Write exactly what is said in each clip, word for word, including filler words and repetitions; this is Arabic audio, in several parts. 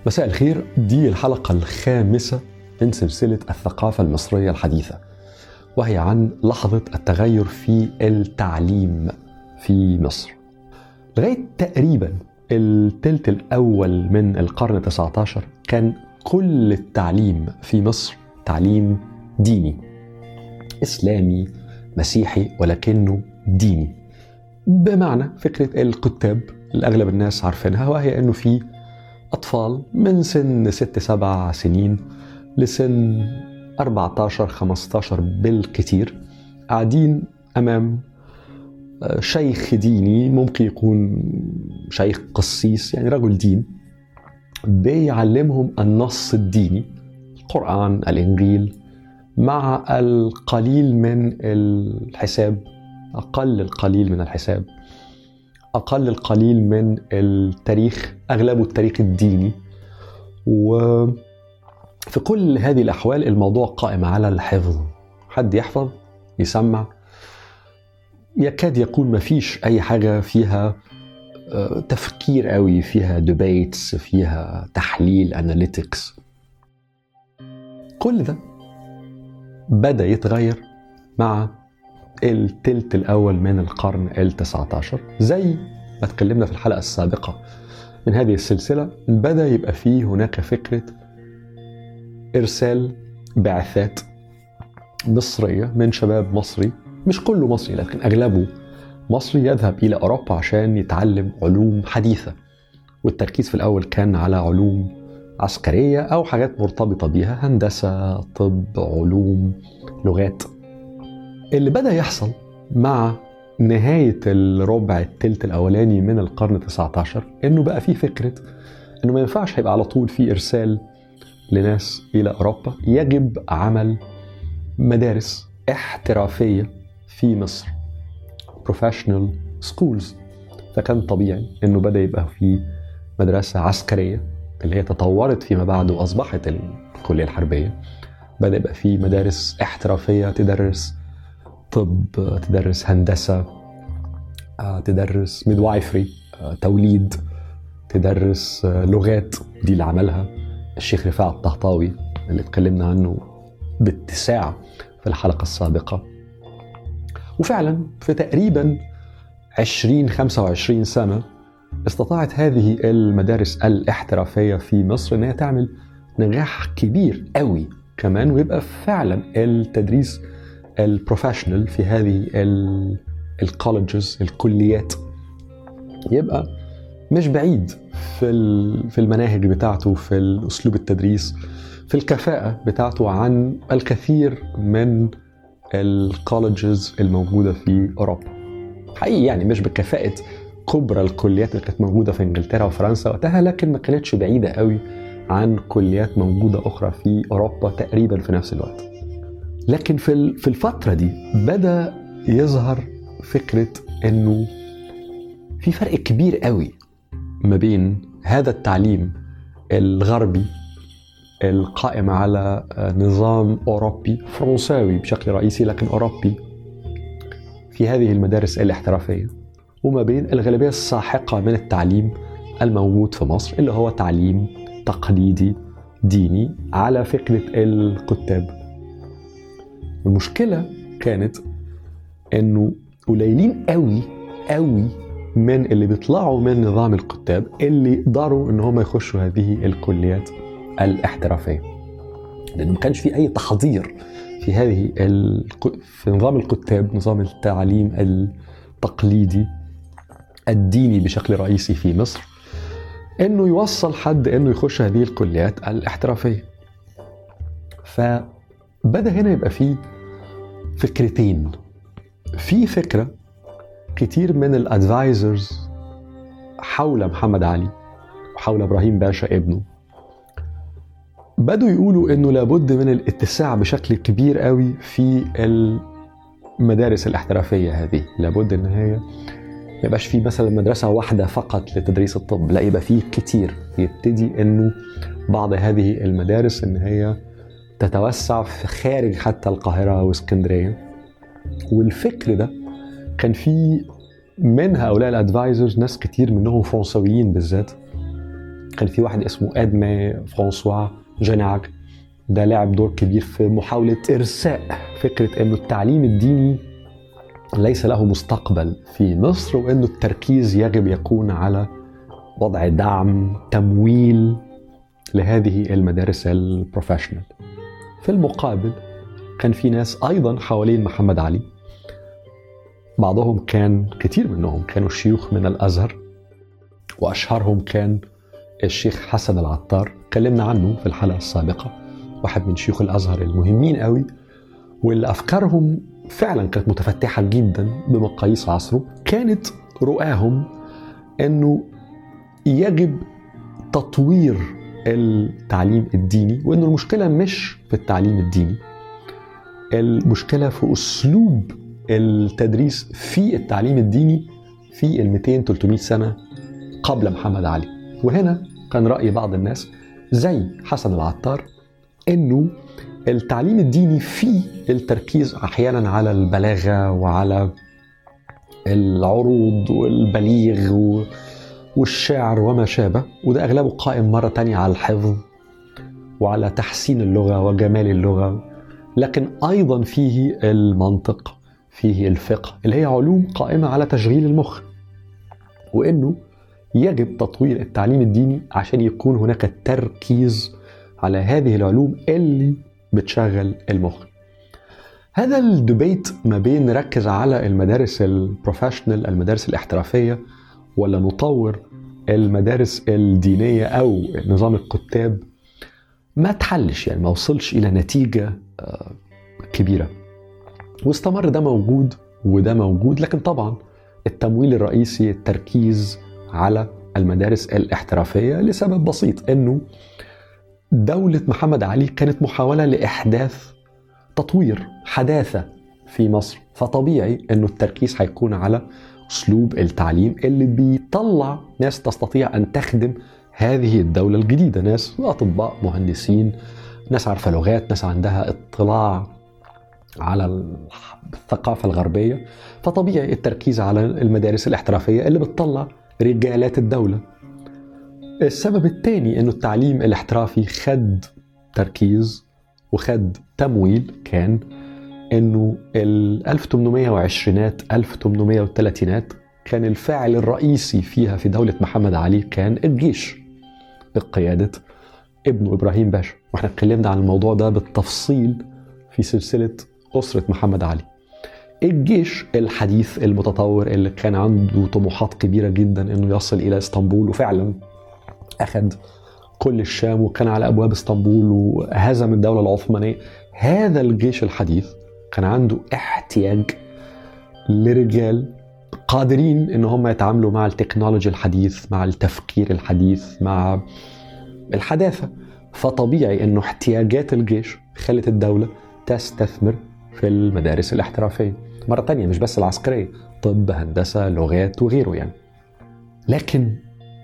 مساء الخير. دي الحلقة الخامسة من سلسلة الثقافة المصرية الحديثة، وهي عن لحظة التغير في التعليم في مصر. لغاية تقريبا الثلث الأول من القرن التاسع عشر كان كل التعليم في مصر تعليم ديني إسلامي مسيحي، ولكنه ديني. بمعنى فكرة الكتاب اللي أغلب الناس عارفينها، وهي أنه في أطفال من سن ست سبع سنين لسن أربعة عشر خمسة عشر بالكثير قاعدين أمام شيخ ديني، ممكن يكون شيخ قسيس يعني رجل دين، بيعلمهم النص الديني، القرآن الإنجيل، مع القليل من الحساب، أقل القليل من الحساب، أقل القليل من التاريخ، أغلبه التاريخ الديني. وفي كل هذه الأحوال الموضوع قائم على الحفظ، حد يحفظ يسمع، يكاد يكون ما فيش أي حاجة فيها تفكير قوي، فيها ديبيتس، فيها تحليل، أناليتكس. كل ده بدأ يتغير مع الثلث الأول من القرن التاسع عشر. زي ما اتكلمنا في الحلقة السابقة من هذه السلسلة، بدأ يبقى فيه هناك فكرة إرسال بعثات مصرية من شباب مصري، مش كله مصري لكن أغلبه مصري، يذهب إلى أوروبا عشان يتعلم علوم حديثة. والتركيز في الأول كان على علوم عسكرية أو حاجات مرتبطة بيها، هندسة، طب، علوم، لغات. اللي بدأ يحصل مع نهاية الربع الثلث الأولاني من القرن التاسع عشر إنه بقى فيه فكرة إنه ما ينفعش هيبقى على طول في إرسال لناس إلى أوروبا، يجب عمل مدارس احترافية في مصر، professional schools. فكان طبيعي إنه بدأ يبقى في مدرسة عسكرية اللي هي تطورت فيما بعد وأصبحت الكلية الحربية. بدأ يبقى في مدارس احترافية تدرس طب، تدرس هندسة، تدرس ميدوايفري، توليد، تدرس لغات. دي اللي عملها الشيخ رفاعة الطهطاوي اللي اتكلمنا عنه باتساع في الحلقة السابقة. وفعلا في تقريبا عشرين خمسة وعشرين سنة استطاعت هذه المدارس الاحترافية في مصر أنها تعمل نجاح كبير قوي كمان، ويبقى فعلا التدريس البروفيشنال في هذه الكوليجز، الكليات، يبقى مش بعيد في في المناهج بتاعته، في الأسلوب التدريس، في الكفاءة بتاعته عن الكثير من الكوليجز الموجودة في أوروبا. حقيقي يعني مش بكفاءة كبرى الكليات اللي كانت موجودة في إنجلترا وفرنسا وقتها، لكن ما كانتش بعيدة قوي عن كليات موجودة أخرى في أوروبا تقريبا في نفس الوقت. لكن في في الفترة دي بدأ يظهر فكرة إنه في فرق كبير قوي ما بين هذا التعليم الغربي القائم على نظام أوروبي فرنساوي بشكل رئيسي، لكن أوروبي في هذه المدارس الاحترافية، وما بين الغالبية الساحقة من التعليم الموجود في مصر اللي هو تعليم تقليدي ديني على فكرة الكتاب. المشكلة كانت إنه قليلين قوي قوي من اللي بيطلعوا من نظام الكتاب اللي يقدروا إن هم يخشوا هذه الكليات الاحترافية، لأنه ما كانش في أي تحضير في هذه ال... في نظام الكتاب، نظام التعليم التقليدي الديني بشكل رئيسي في مصر، إنه يوصل حد إنه يخش هذه الكليات الاحترافية. فبدأ هنا يبقى فيه فكرتين. في فكرة كتير من الادفايزرز حول محمد علي وحول إبراهيم باشا ابنه بدوا يقولوا إنه لابد من الاتساع بشكل كبير قوي في المدارس الاحترافية هذه. لابد إن هي ما يبقاش في مثلا مدرسة واحدة فقط لتدريس الطب، لا يبقى فيه كتير. يبتدي إنه بعض هذه المدارس إن هي تتوسع في خارج حتى القاهرة واسكندرية. والفكر ده كان فيه من هؤلاء الادفايزرز ناس كتير منهم فرنسويين بالذات، كان في واحد اسمه أدمي فرانسوا جيناك، ده لعب دور كبير في محاولة إرساء فكرة أنه التعليم الديني ليس له مستقبل في مصر، وأنه التركيز يجب يكون على وضع دعم تمويل لهذه المدارس البروفيشنال. في المقابل كان في ناس أيضا حوالين محمد علي، بعضهم كان كتير منهم كانوا شيوخ من الأزهر، وأشهرهم كان الشيخ حسن العطار، كلمنا عنه في الحلقة السابقة، واحد من شيوخ الأزهر المهمين قوي، واللي أفكارهم فعلا كانت متفتحة جدا بمقاييس عصره. كانت رؤاهم أنه يجب تطوير التعليم الديني، وأنه المشكلة مش في التعليم الديني، المشكلة في أسلوب التدريس في التعليم الديني في المئتين ثلاثمائة سنة قبل محمد علي. وهنا كان رأي بعض الناس زي حسن العطار أنه التعليم الديني فيه التركيز أحيانا على البلاغة وعلى العروض والبليغ والشعر وما شابه، وده أغلبه قائم مرة تانية على الحفظ وعلى تحسين اللغة وجمال اللغة، لكن أيضا فيه المنطق، فيه الفقه، اللي هي علوم قائمة على تشغيل المخ، وإنه يجب تطوير التعليم الديني عشان يكون هناك تركيز على هذه العلوم اللي بتشغل المخ. هذا الدبيت ما بين نركز على المدارس البروفيشنال، المدارس الاحترافية، ولا نطور المدارس الدينية أو نظام الكتاب، ما تحلش، يعني ما وصلش إلى نتيجة كبيرة، واستمر ده موجود وده موجود. لكن طبعا التمويل الرئيسي التركيز على المدارس الاحترافية لسبب بسيط، أنه دولة محمد علي كانت محاولة لإحداث تطوير حداثة في مصر، فطبيعي أنه التركيز هيكون على أسلوب التعليم اللي بيطلع ناس تستطيع أن تخدم هذه الدولة الجديدة، ناس أطباء، مهندسين، ناس عارفة لغات، ناس عندها اطلاع على الثقافة الغربية. فطبيعي التركيز على المدارس الاحترافية اللي بتطلع رجالات الدولة. السبب الثاني أنه التعليم الاحترافي خد تركيز وخد تمويل كان أنه ال ألف وثمانمائة وعشرينات ألف وثمانمائة وثلاثينات كان الفاعل الرئيسي فيها في دولة محمد علي كان الجيش بقيادة ابنه إبراهيم باشا، واحنا اتكلمنا عن الموضوع ده بالتفصيل في سلسلة أسرة محمد علي. الجيش الحديث المتطور اللي كان عنده طموحات كبيرة جدا انه يصل الى اسطنبول، وفعلا اخذ كل الشام وكان على ابواب اسطنبول وهزم الدولة العثمانية. هذا الجيش الحديث كان عنده احتياج لرجال قادرين ان هم يتعاملوا مع التكنولوجيا الحديث، مع التفكير الحديث، مع الحداثة. فطبيعي انه احتياجات الجيش خلت الدولة تستثمر في المدارس الاحترافية مرة تانية، مش بس العسكرية، طب، هندسة، لغات وغيره يعني. لكن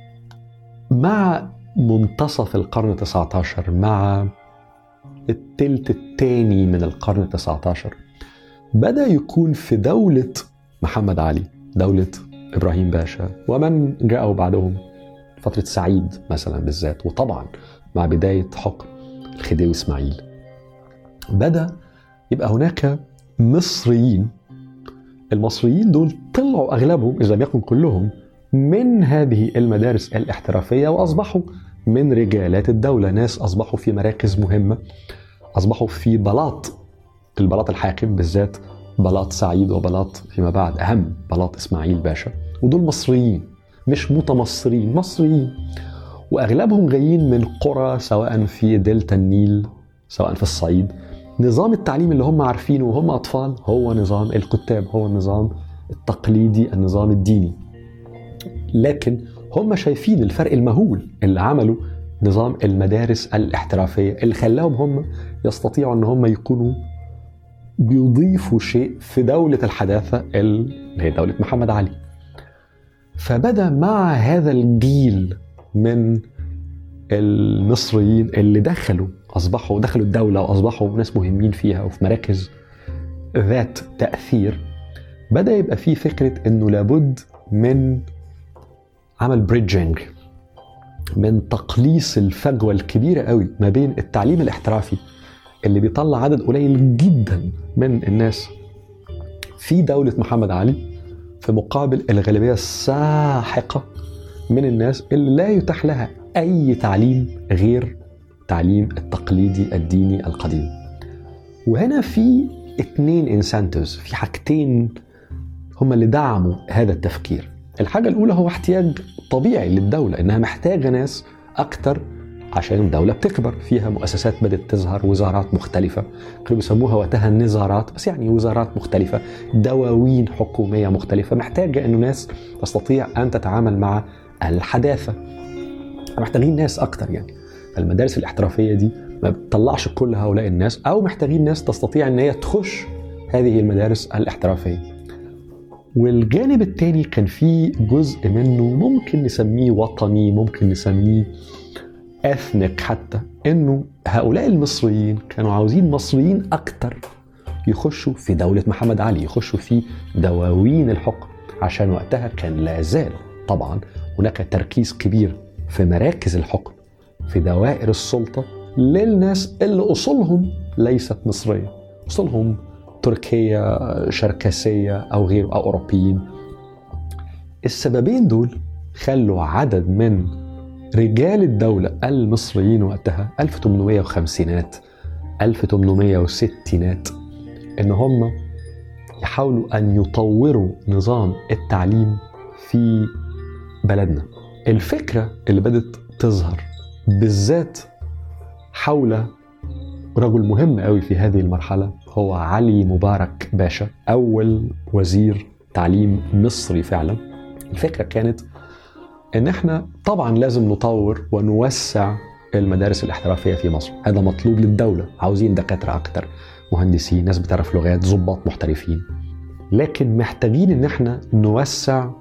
مع منتصف القرن التاسع عشر، مع الثلث الثاني من القرن التاسع عشر، بدأ يكون في دولة محمد علي، دولة إبراهيم باشا ومن جاءوا بعدهم، فترة سعيد مثلا بالذات، وطبعا مع بداية حكم الخديوي إسماعيل، بدأ يبقى هناك مصريين. المصريين دول طلعوا أغلبهم إذا لم يكن كلهم من هذه المدارس الاحترافية، وأصبحوا من رجالات الدولة، ناس أصبحوا في مراكز مهمة، أصبحوا في بلاط، البلاط الحاكم بالذات، بلاط سعيد وبلاط فيما بعد أهم بلاط إسماعيل باشا. ودول مصريين مش متمصرين، مصريين، وأغلبهم جايين من قرى سواء في دلتا النيل سواء في الصعيد. نظام التعليم اللي هم عارفينه وهم أطفال هو نظام الكتاب، هو النظام التقليدي، النظام الديني. لكن هم شايفين الفرق المهول اللي عمله نظام المدارس الاحترافية، اللي خلاهم هم يستطيعوا أن هم يكونوا بيضيفوا شيء في دولة الحداثة اللي هي دولة محمد علي. فبدأ مع هذا الجيل من المصريين اللي دخلوا أصبحوا دخلوا الدولة وأصبحوا ناس مهمين فيها وفي مراكز ذات تأثير، بدأ يبقى فيه فكرة أنه لابد من عمل بريدجينج، من تقليص الفجوة الكبيرة قوي ما بين التعليم الاحترافي اللي بيطلع عدد قليل جدا من الناس في دولة محمد علي، في مقابل الغالبية الساحقة من الناس اللي لا يتاح لها أي تعليم غير التعليم التقليدي الديني القديم. وهنا في اتنين انسنتيفز، في حاجتين هم اللي دعموا هذا التفكير. الحاجة الأولى هو احتياج طبيعي للدولة، إنها محتاجة ناس أكتر عشان الدولة بتكبر، فيها مؤسسات بدأت تظهر، وزارات مختلفة كانوا بيسموها وقتها النظارات، بس يعني وزارات مختلفة، دواوين حكومية مختلفة، محتاجة إنه ناس تستطيع أن تتعامل مع الحداثة، محتاجين ناس أكتر يعني. فالمدارس الاحترافية دي ما بتطلعش كل هؤلاء الناس، أو محتاجين ناس تستطيع أن هي تخش هذه المدارس الاحترافية. والجانب الثاني كان فيه جزء منه ممكن نسميه وطني، ممكن نسميه اثنيك حتى، انه هؤلاء المصريين كانوا عاوزين مصريين اكتر يخشوا في دولة محمد علي، يخشوا في دواوين الحكم، عشان وقتها كان لا زال طبعا هناك تركيز كبير في مراكز الحكم، في دوائر السلطة، للناس اللي أصولهم ليست مصرية، أصولهم تركية، شركسية أو غير، أو أوروبيين. السببين دول خلوا عدد من رجال الدولة المصريين وقتها ألف وثمانمائة وخمسينات ألف وثمانمائة وستينات إن هم يحاولوا أن يطوروا نظام التعليم في بلدنا. الفكرة اللي بدأت تظهر بالذات حول رجل مهم قوي في هذه المرحلة هو علي مبارك باشا، أول وزير تعليم مصري فعلا. الفكرة كانت إن إحنا طبعا لازم نطور ونوسع المدارس الاحترافية في مصر، هذا مطلوب للدولة، عاوزين دكاترة أكتر، مهندسين، ناس بتعرف لغات، ضباط محترفين، لكن محتاجين إن إحنا نوسع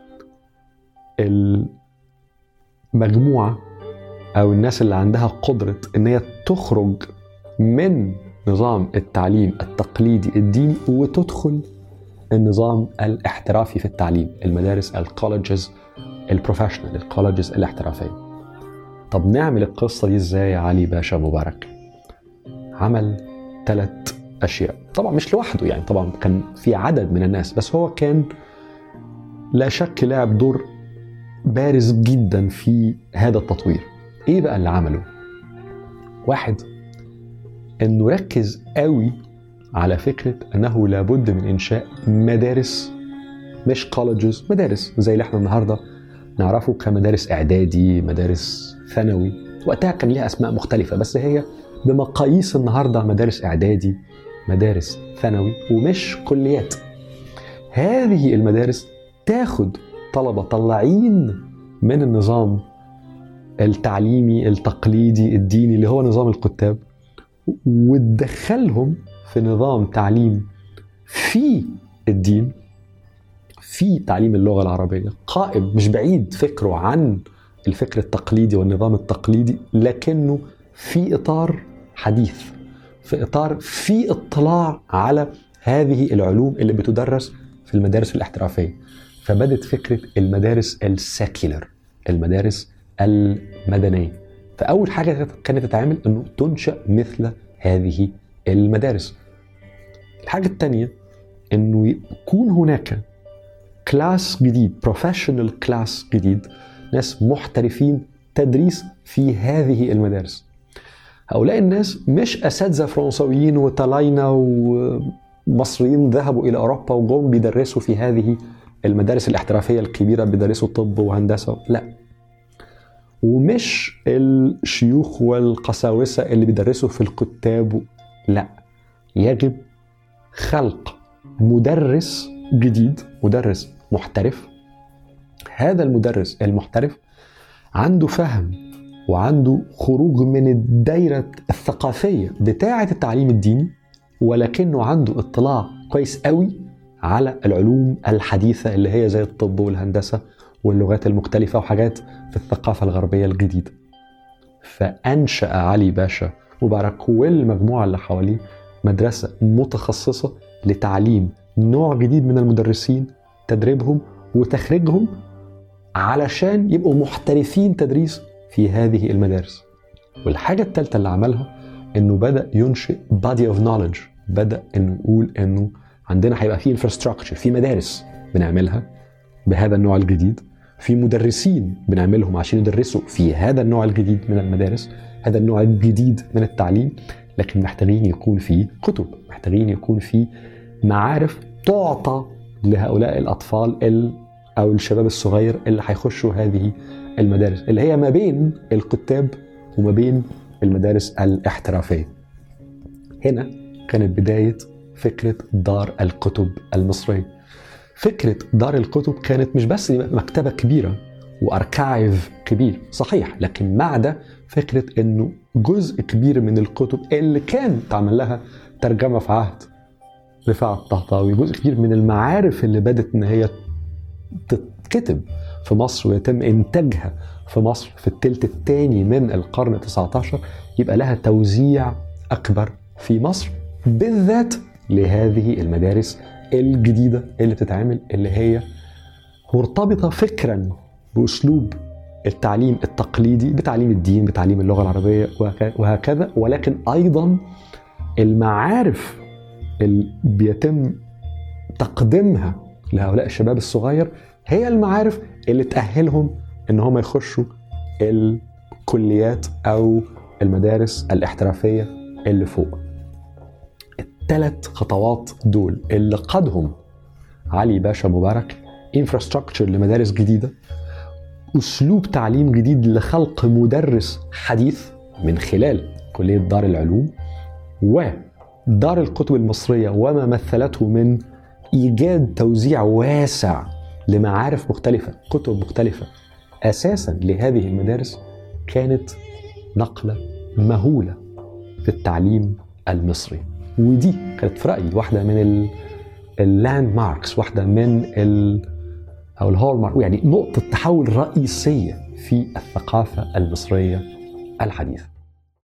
المجموعة أو الناس اللي عندها قدرة إن هي تخرج من نظام التعليم التقليدي الديني وتدخل النظام الاحترافي في التعليم، المدارس الكوليجز البروفيشنال، الكوليجز الاحترافية. طب نعمل القصة دي ازاي؟ علي باشا مبارك عمل ثلاث أشياء، طبعا مش لوحده يعني، طبعا كان في عدد من الناس، بس هو كان لا شك لعب دور بارز جدا في هذا التطوير. ايه بقى اللي عمله؟ واحد، انه ركز قوي على فكرة انه لابد من انشاء مدارس، مش كوليجز، مدارس زي اللي احنا النهاردة نعرفه كمدارس اعدادي، مدارس ثانوي، وقتها كان ليها اسماء مختلفة، بس هي بمقاييس النهاردة مدارس اعدادي، مدارس ثانوي، ومش كليات. هذه المدارس تاخد طلبة طلعين من النظام التعليمي التقليدي الديني اللي هو نظام الكتاب، وتدخلهم في نظام تعليم في الدين، في تعليم اللغة العربية، قائم مش بعيد فكره عن الفكر التقليدي والنظام التقليدي، لكنه في إطار حديث، في إطار في اطلاع على هذه العلوم اللي بتدرس في المدارس الاحترافية. فبدت فكرة المدارس الساكيلر، المدارس المدنية. فأول حاجة كانت تتعمل أنه تنشأ مثل هذه المدارس. الحاجة الثانية أنه يكون هناك كلاس جديد، بروفيشنال كلاس جديد، ناس محترفين تدريس في هذه المدارس. هؤلاء الناس مش أساتذة فرنسويين وطلاينة ومصريين ذهبوا إلى أوروبا وجم بيدرسوا في هذه المدارس الاحترافية الكبيرة، بيدرسوا طب وهندسة، لا. ومش الشيوخ والقساوسة اللي بيدرسوا في الكتاب، لا. يجب خلق مدرس جديد، مدرس محترف. هذا المدرس المحترف عنده فهم وعنده خروج من الدائرة الثقافية بتاعة التعليم الديني، ولكنه عنده اطلاع كويس قوي على العلوم الحديثة اللي هي زي الطب والهندسة واللغات المختلفة وحاجات في الثقافة الغربية الجديدة. فأنشأ علي باشا مبارك والمجموعة اللي حواليه مدرسة متخصصة لتعليم نوع جديد من المدرسين، تدريبهم وتخريجهم علشان يبقوا محترفين تدريس في هذه المدارس. والحاجة الثالثة اللي عملها انه بدأ ينشئ body of knowledge، بدأ انه يقول انه عندنا هيبقى في infrastructure، في مدارس بنعملها بهذا النوع الجديد، في مدرسين بنعملهم عشان يدرسوا في هذا النوع الجديد من المدارس، هذا النوع الجديد من التعليم. لكن محتاجين يكون في كتب، محتاجين يكون في معارف تعطى لهؤلاء الأطفال ال أو الشباب الصغير اللي هيخشوا هذه المدارس، اللي هي ما بين الكتاب وما بين المدارس الاحترافية. هنا كانت بداية فكرة دار الكتب المصرية. فكرة دار الكتب كانت مش بس مكتبة كبيرة وأركايف كبير، صحيح، لكن مع ده فكرة إنه جزء كبير من الكتب اللي كان تعمل لها ترجمة في عهد رفاعة الطهطاوي، جزء كبير من المعارف اللي بدت إن هي تتكتب في مصر ويتم إنتاجها في مصر في الثلث الثاني من القرن التاسع عشر، يبقى لها توزيع أكبر في مصر، بالذات لهذه المدارس الجديدة اللي بتتعمل، اللي هي مرتبطة فكرا بأسلوب التعليم التقليدي، بتعليم الدين، بتعليم اللغة العربية وهكذا، ولكن أيضا المعارف اللي بيتم تقديمها لهؤلاء الشباب الصغير هي المعارف اللي تأهلهم إن هم يخشوا الكليات أو المدارس الاحترافية اللي فوق. الثلاث خطوات دول اللي قادهم علي باشا مبارك: infrastructure لمدارس جديدة، أسلوب تعليم جديد لخلق مدرس حديث من خلال كلية دار العلوم، ودار الكتب المصرية وما مثلته من إيجاد توزيع واسع لمعارف مختلفة، كتب مختلفة أساسا لهذه المدارس، كانت نقلة مهولة في التعليم المصري. ودي كانت في رأيي واحدة من اللاند ماركس، واحدة من ال أو الهول مارك، يعني نقطة تحول رئيسية في الثقافة المصرية الحديثة.